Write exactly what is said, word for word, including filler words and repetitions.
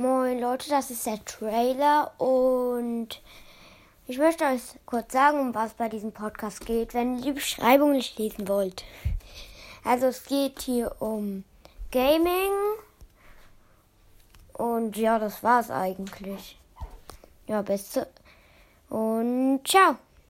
Moin Leute, das ist der Trailer und ich möchte euch kurz sagen, um was bei diesem Podcast geht, wenn ihr die Beschreibung nicht lesen wollt. Also es geht hier um Gaming und ja, das war's eigentlich. Ja, beste und ciao.